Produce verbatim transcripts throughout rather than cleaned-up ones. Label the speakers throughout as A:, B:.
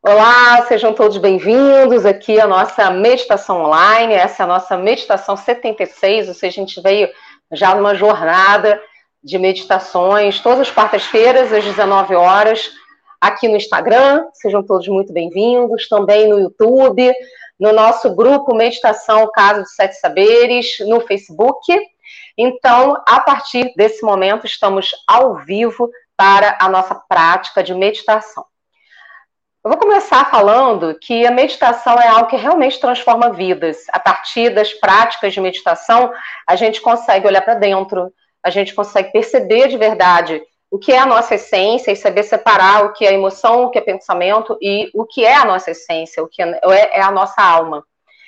A: Olá, sejam todos bem-vindos aqui à nossa meditação online. Essa é a nossa meditação setenta e seis, ou seja, a gente veio já numa jornada de meditações todas as quartas-feiras, às dezenove horas, aqui no Instagram. Sejam todos muito bem-vindos, também no YouTube, no nosso grupo Meditação Casa dos Sete Saberes, no Facebook. Então, a partir desse momento, estamos ao vivo para a nossa prática de meditação. Eu vou começar falando que a meditação é algo que realmente transforma vidas. A partir das práticas de meditação, a gente consegue olhar para dentro, a gente consegue perceber de verdade o que é a nossa essência e saber separar o que é emoção, o que é pensamento e o que é a nossa essência, o que é a nossa alma.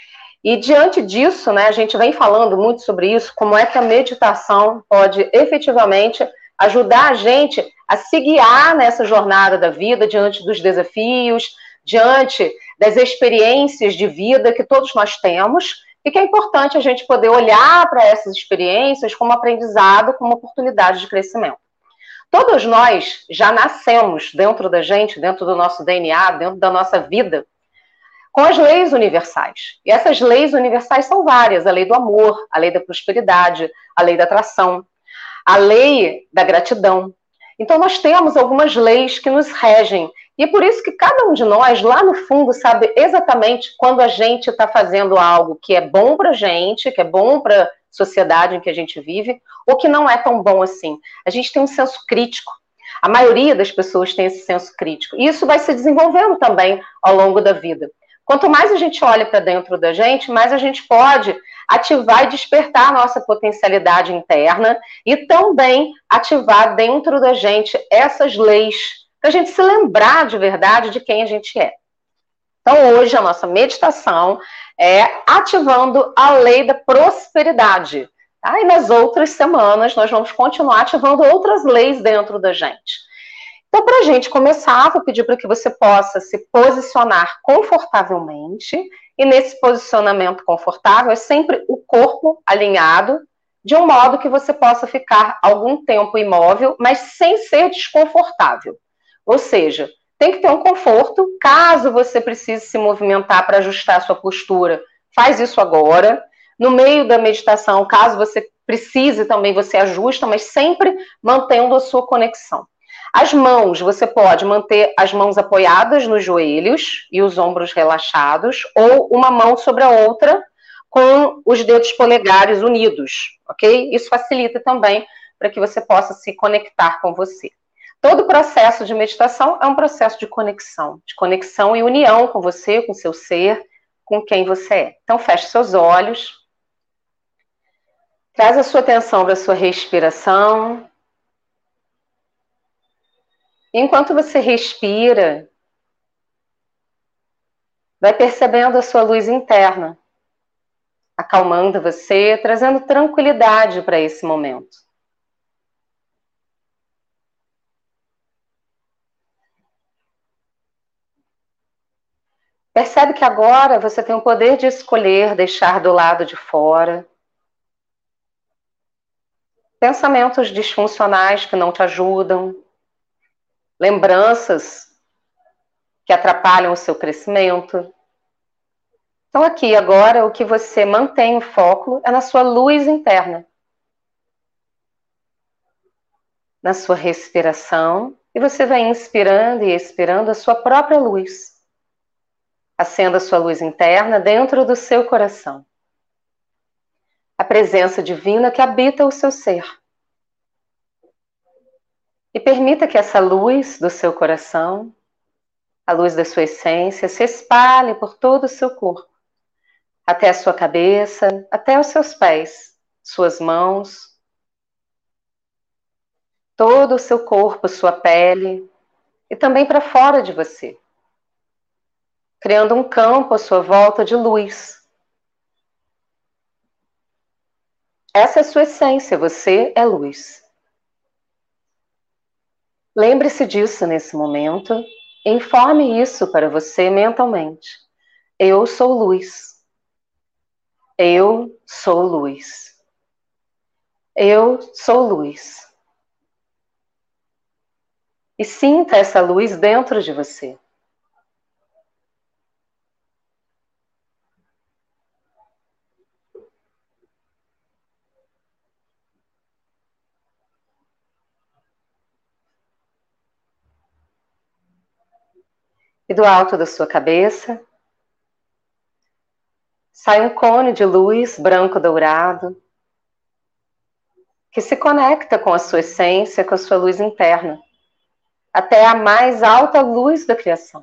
A: E diante disso, né, a gente vem falando muito sobre isso, como é que a meditação pode efetivamente ajudar a gente a se guiar nessa jornada da vida, diante dos desafios, diante das experiências de vida que todos nós temos, e que é importante a gente poder olhar para essas experiências como aprendizado, como oportunidade de crescimento. Todos nós já nascemos dentro da gente, dentro do nosso D N A, dentro da nossa vida, com as leis universais. E essas leis universais são várias: a lei do amor, a lei da prosperidade, a lei da atração, a lei da gratidão. Então, nós temos algumas leis que nos regem. E é por isso que cada um de nós, lá no fundo, sabe exatamente quando a gente está fazendo algo que é bom para a gente, que é bom para a sociedade em que a gente vive, ou que não é tão bom assim. A gente tem um senso crítico. A maioria das pessoas tem esse senso crítico. E isso vai se desenvolvendo também ao longo da vida. Quanto mais a gente olha para dentro da gente, mais a gente pode ativar e despertar a nossa potencialidade interna e também ativar dentro da gente essas leis, para a gente se lembrar de verdade de quem a gente é. Então, hoje, a nossa meditação é ativando a lei da prosperidade. Tá? E nas outras semanas, nós vamos continuar ativando outras leis dentro da gente. Então, para a gente começar, vou pedir para que você possa se posicionar confortavelmente. E nesse posicionamento confortável é sempre o corpo alinhado, de um modo que você possa ficar algum tempo imóvel, mas sem ser desconfortável. Ou seja, tem que ter um conforto. Caso você precise se movimentar para ajustar a sua postura, faz isso agora. No meio da meditação, caso você precise também, você ajusta, mas sempre mantendo a sua conexão. As mãos, você pode manter as mãos apoiadas nos joelhos e os ombros relaxados, ou uma mão sobre a outra com os dedos polegares unidos, ok? Isso facilita também para que você possa se conectar com você. Todo processo de meditação é um processo de conexão, de conexão e união com você, com seu ser, com quem você é. Então, feche seus olhos, traz a sua atenção para a sua respiração. Enquanto você respira, vai percebendo a sua luz interna, acalmando você, trazendo tranquilidade para esse momento. Percebe que agora você tem o poder de escolher deixar do lado de fora pensamentos disfuncionais que não te ajudam, lembranças que atrapalham o seu crescimento. Então aqui, agora, o que você mantém o foco é na sua luz interna, na sua respiração, e você vai inspirando e expirando a sua própria luz. Acenda a sua luz interna dentro do seu coração. A presença divina que habita o seu ser. E permita que essa luz do seu coração, a luz da sua essência, se espalhe por todo o seu corpo, até a sua cabeça, até os seus pés, suas mãos, todo o seu corpo, sua pele, e também para fora de você, criando um campo à sua volta de luz. Essa é a sua essência, você é luz. Lembre-se disso nesse momento, informe isso para você mentalmente. Eu sou luz. Eu sou luz. Eu sou luz. E sinta essa luz dentro de você. E do alto da sua cabeça sai um cone de luz branco dourado que se conecta com a sua essência, com a sua luz interna, até a mais alta luz da criação.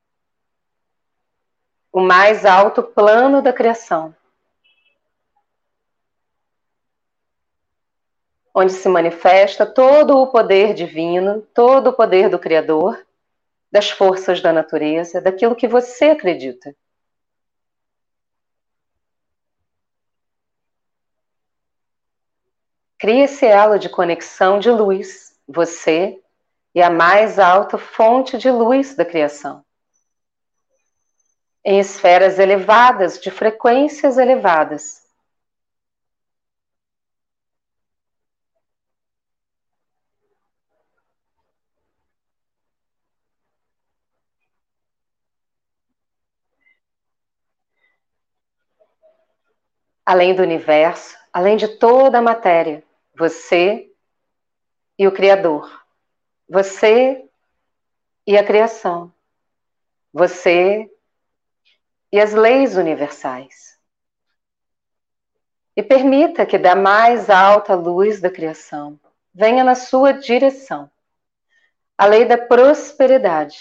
A: O mais alto plano da criação, onde se manifesta todo o poder divino, todo o poder do Criador, das forças da natureza, daquilo que você acredita. Crie esse elo de conexão de luz, você e a mais alta fonte de luz da criação. Em esferas elevadas, de frequências elevadas. Além do universo, além de toda a matéria, você e o Criador. Você e a criação. Você e as leis universais. E permita que da mais alta luz da criação venha na sua direção a lei da prosperidade.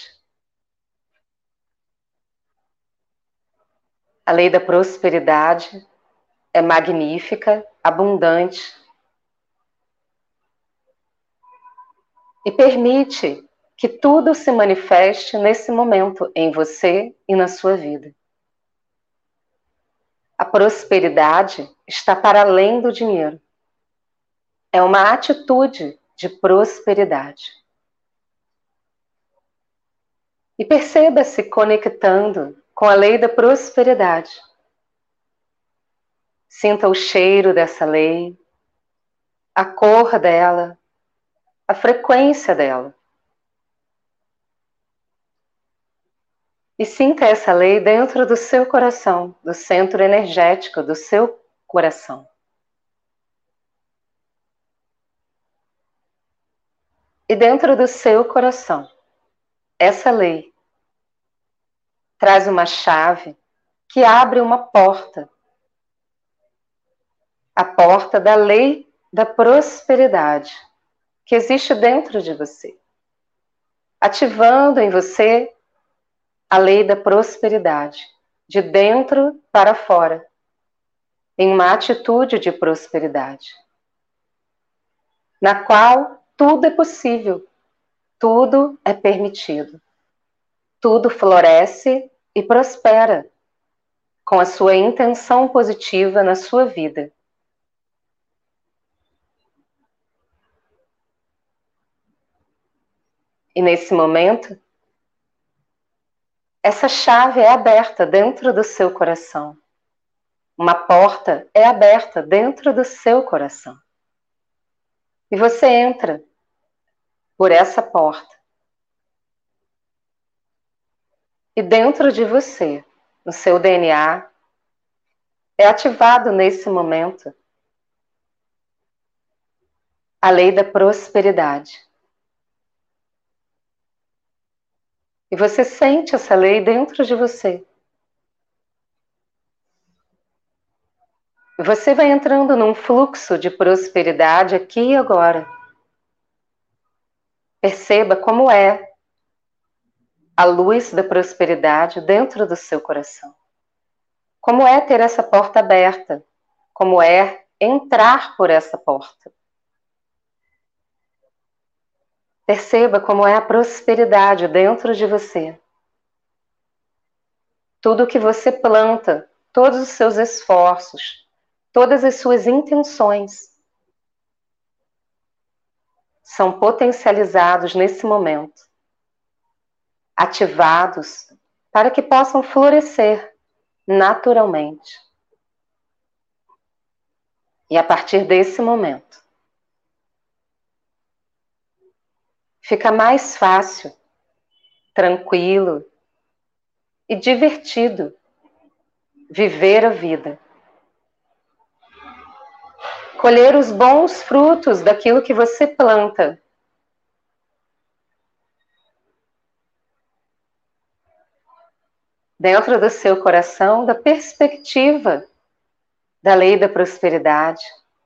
A: A lei da prosperidade é magnífica, abundante e permite que tudo se manifeste nesse momento em você e na sua vida. A prosperidade está para além do dinheiro. É uma atitude de prosperidade. E perceba-se conectando com a lei da prosperidade. Sinta o cheiro dessa lei, a cor dela, a frequência dela. E sinta essa lei dentro do seu coração, do centro energético do seu coração. E dentro do seu coração, essa lei traz uma chave que abre uma porta. A porta da lei da prosperidade que existe dentro de você. Ativando em você a lei da prosperidade, de dentro para fora, em uma atitude de prosperidade, na qual tudo é possível, tudo é permitido, tudo floresce e prospera com a sua intenção positiva na sua vida. E nesse momento, essa chave é aberta dentro do seu coração. Uma porta é aberta dentro do seu coração. E você entra por essa porta. E dentro de você, no seu D N A, é ativado nesse momento a lei da prosperidade. E você sente essa lei dentro de você. E você vai entrando num fluxo de prosperidade aqui e agora. Perceba como é a luz da prosperidade dentro do seu coração. Como é ter essa porta aberta? Como é entrar por essa porta? Perceba como é a prosperidade dentro de você. Tudo que você planta, todos os seus esforços, todas as suas intenções são potencializados nesse momento, ativados para que possam florescer naturalmente. E a partir desse momento, fica mais fácil, tranquilo e divertido viver a vida. Colher os bons frutos daquilo que você planta. dentro do seu coração, da perspectiva da lei da prosperidade.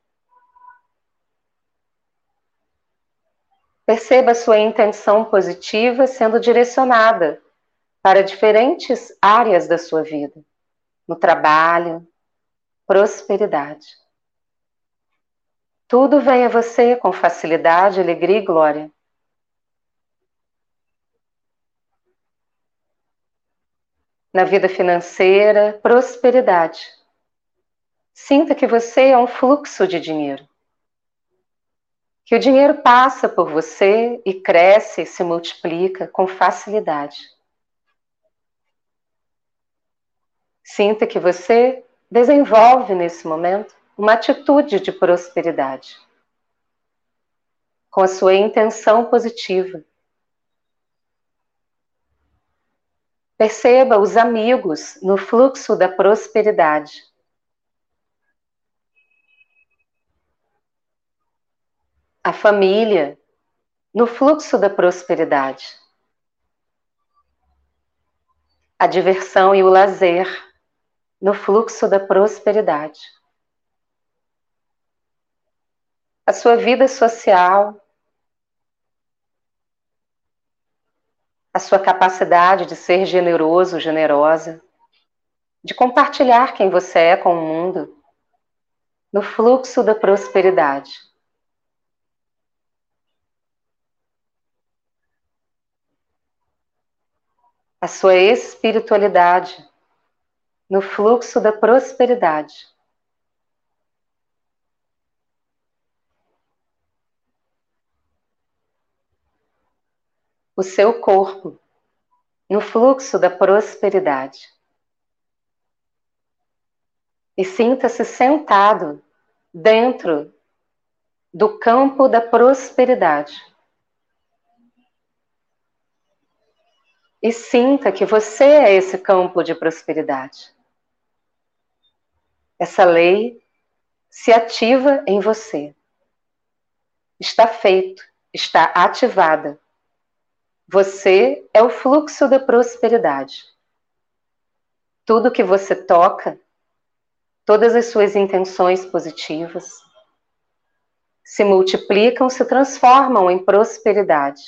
A: Perceba a sua intenção positiva sendo direcionada para diferentes áreas da sua vida. No trabalho, prosperidade. Tudo vem a você com facilidade, alegria e glória. Na vida financeira, prosperidade. Sinta que você é um fluxo de dinheiro. Que o dinheiro passa por você e cresce e se multiplica com facilidade. Sinta que você desenvolve nesse momento uma atitude de prosperidade, com a sua intenção positiva. Perceba os amigos no fluxo da prosperidade. A família no fluxo da prosperidade. A diversão e o lazer no fluxo da prosperidade. A sua vida social, a sua capacidade de ser generoso, generosa, de compartilhar quem você é com o mundo, no fluxo da prosperidade. A sua espiritualidade, no fluxo da prosperidade. O seu corpo, no fluxo da prosperidade. E sinta-se sentado dentro do campo da prosperidade. E sinta que você é esse campo de prosperidade. Essa lei se ativa em você. Está feito, está ativada. Você é o fluxo da prosperidade. Tudo que você toca, todas as suas intenções positivas, se multiplicam, se transformam em prosperidade.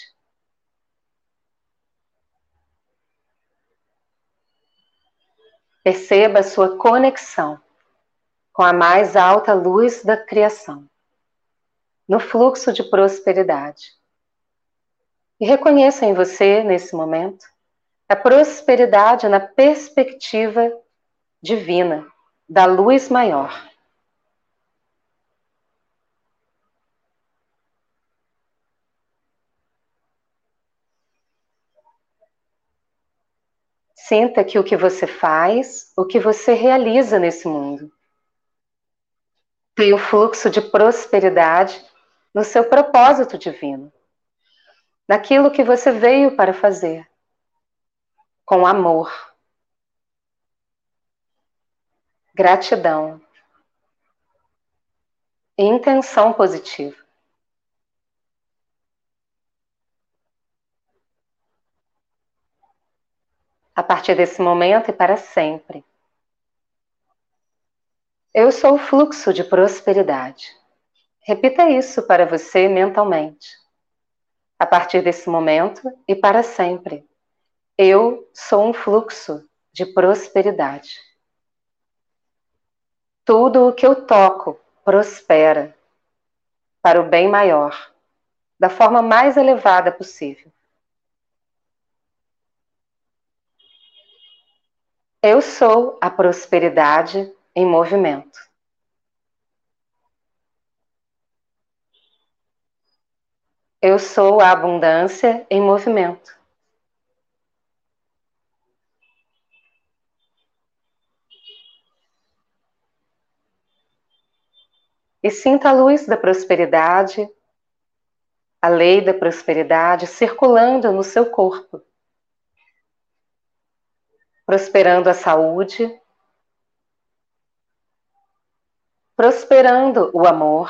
A: Perceba a sua conexão com a mais alta luz da criação, no fluxo de prosperidade. E reconheça em você, nesse momento, a prosperidade na perspectiva divina, da luz maior. Sinta que o que você faz, o que você realiza nesse mundo, tem o fluxo de prosperidade no seu propósito divino, naquilo que você veio para fazer, com amor, gratidão e intenção positiva. A partir desse momento e para sempre. Eu sou o fluxo de prosperidade. Repita isso para você mentalmente. A partir desse momento e para sempre. Eu sou um fluxo de prosperidade. Tudo o que eu toco prospera para o bem maior, da forma mais elevada possível. Eu sou a prosperidade em movimento. Eu sou a abundância em movimento. E sinta a luz da prosperidade, a lei da prosperidade circulando no seu corpo, prosperando a saúde, prosperando o amor,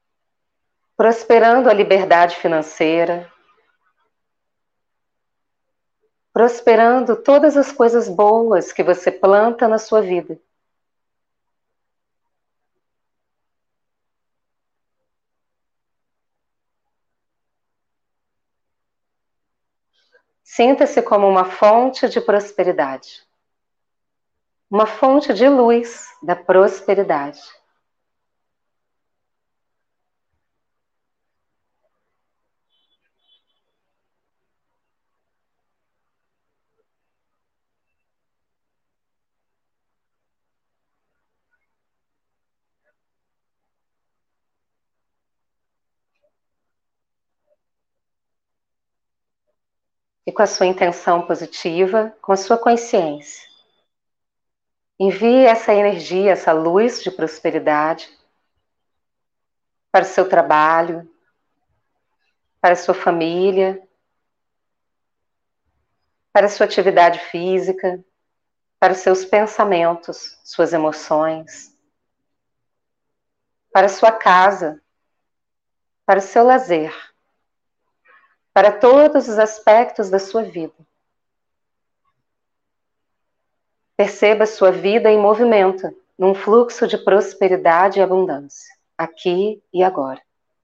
A: prosperando a liberdade financeira, prosperando todas as coisas boas que você planta na sua vida. Sinta-se como uma fonte de prosperidade, uma fonte de luz da prosperidade. E com a sua intenção positiva, com a sua consciência, envie essa energia, essa luz de prosperidade para o seu trabalho, para a sua família, para a sua atividade física, para os seus pensamentos, suas emoções, para a sua casa, para o seu lazer, para todos os aspectos da sua vida. Perceba sua vida em movimento, num fluxo de prosperidade e abundância, aqui e agora.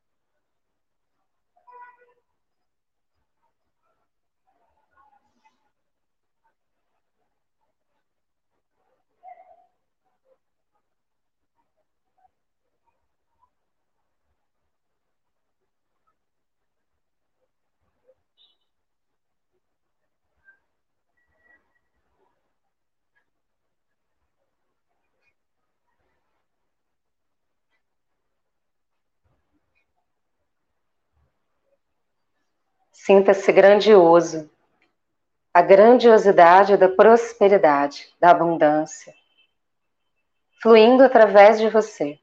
A: Sinta-se grandioso, a grandiosidade da prosperidade, da abundância, fluindo através de você.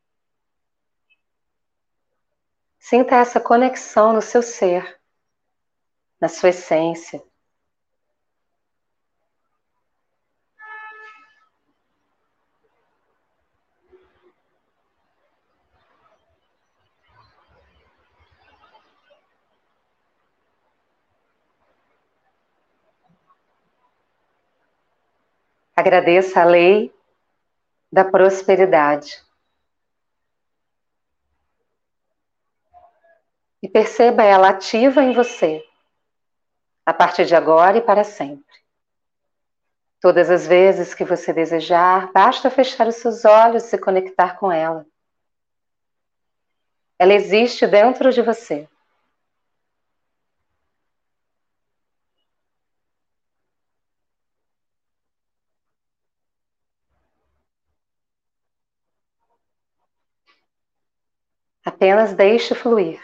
A: Sinta essa conexão no seu ser, na sua essência. Agradeça a lei da prosperidade. E perceba ela ativa em você, a partir de agora e para sempre. Todas as vezes que você desejar, basta fechar os seus olhos e se conectar com ela. Ela existe dentro de você. Apenas deixe fluir.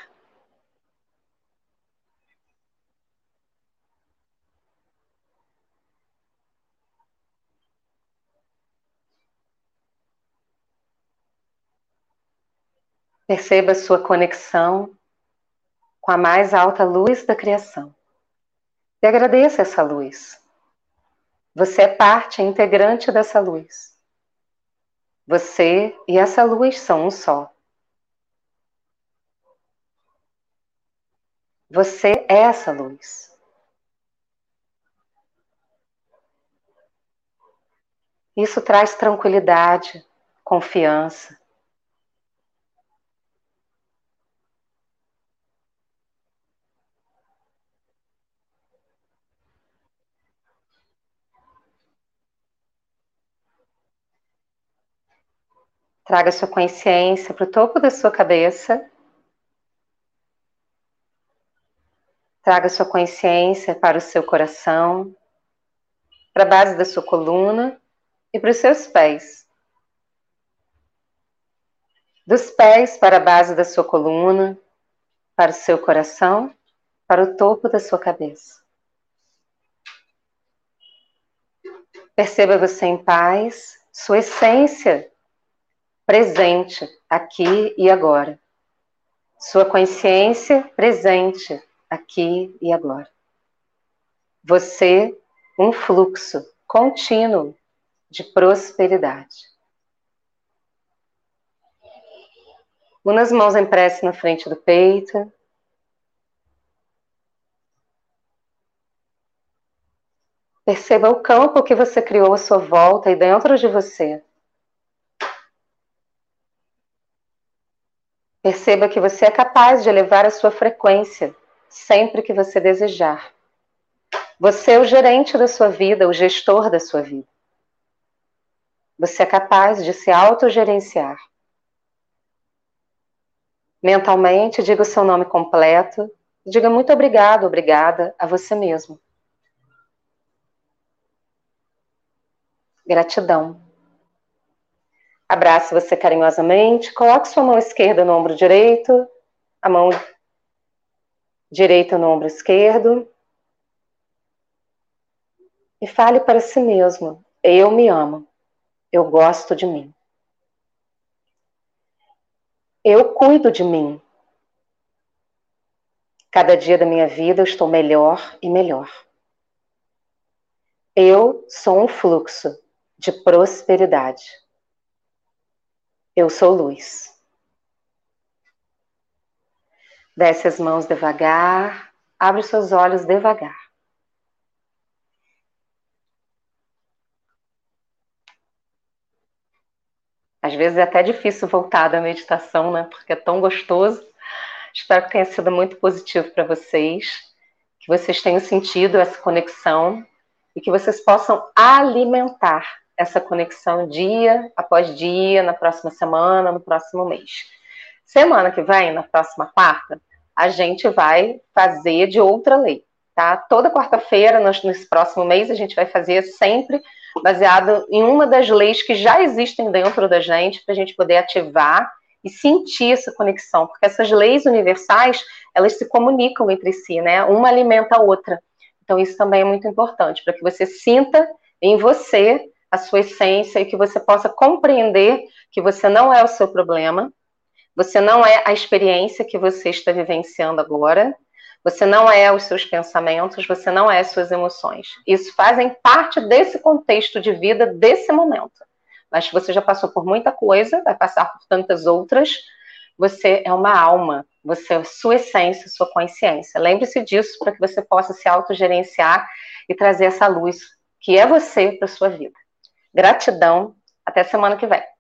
A: Perceba sua conexão com a mais alta luz da criação. E agradeça essa luz. Você é parte integrante dessa luz. Você e essa luz são um só. Você é essa luz. Isso traz tranquilidade, confiança. Traga sua consciência para o topo da sua cabeça. Traga sua consciência para o seu coração, para a base da sua coluna e para os seus pés. Dos pés para a base da sua coluna, para o seu coração, para o topo da sua cabeça. Perceba você em paz, sua essência presente aqui e agora. Sua consciência presente aqui e agora. Você, um fluxo contínuo de prosperidade. Una as mãos em prece na frente do peito. Perceba o campo que você criou à sua volta e dentro de você. Perceba que você é capaz de elevar a sua frequência sempre que você desejar. Você é o gerente da sua vida, o gestor da sua vida. Você é capaz de se autogerenciar. Mentalmente, diga o seu nome completo. Diga muito obrigado, obrigada a você mesmo. Gratidão. Abrace você carinhosamente. Coloque sua mão esquerda no ombro direito, a mão direita no ombro esquerdo. E fale para si mesmo: eu me amo. Eu gosto de mim. Eu cuido de mim. Cada dia da minha vida eu estou melhor e melhor. Eu sou um fluxo de prosperidade. Eu sou luz. Desce as mãos devagar. Abre os seus olhos devagar. Às vezes é até difícil voltar da meditação, né? Porque é tão gostoso. Espero que tenha sido muito positivo para vocês, que vocês tenham sentido essa conexão e que vocês possam alimentar essa conexão dia após dia, na próxima semana, no próximo mês. Semana que vem, na próxima quarta, a gente vai fazer de outra lei, tá? Toda quarta-feira, nesse próximo mês, a gente vai fazer sempre baseado em uma das leis que já existem dentro da gente, para a gente poder ativar e sentir essa conexão, porque essas leis universais, elas se comunicam entre si, né? Uma alimenta a outra. Então isso também é muito importante, para que você sinta em você a sua essência e que você possa compreender que você não é o seu problema, você não é a experiência que você está vivenciando agora, você não é os seus pensamentos, você não é as suas emoções. Isso fazem parte desse contexto de vida, desse momento. Mas você já passou por muita coisa, vai passar por tantas outras. Você é uma alma, você é sua essência, sua consciência. Lembre-se disso para que você possa se autogerenciar e trazer essa luz que é você para a sua vida. Gratidão, até semana que vem.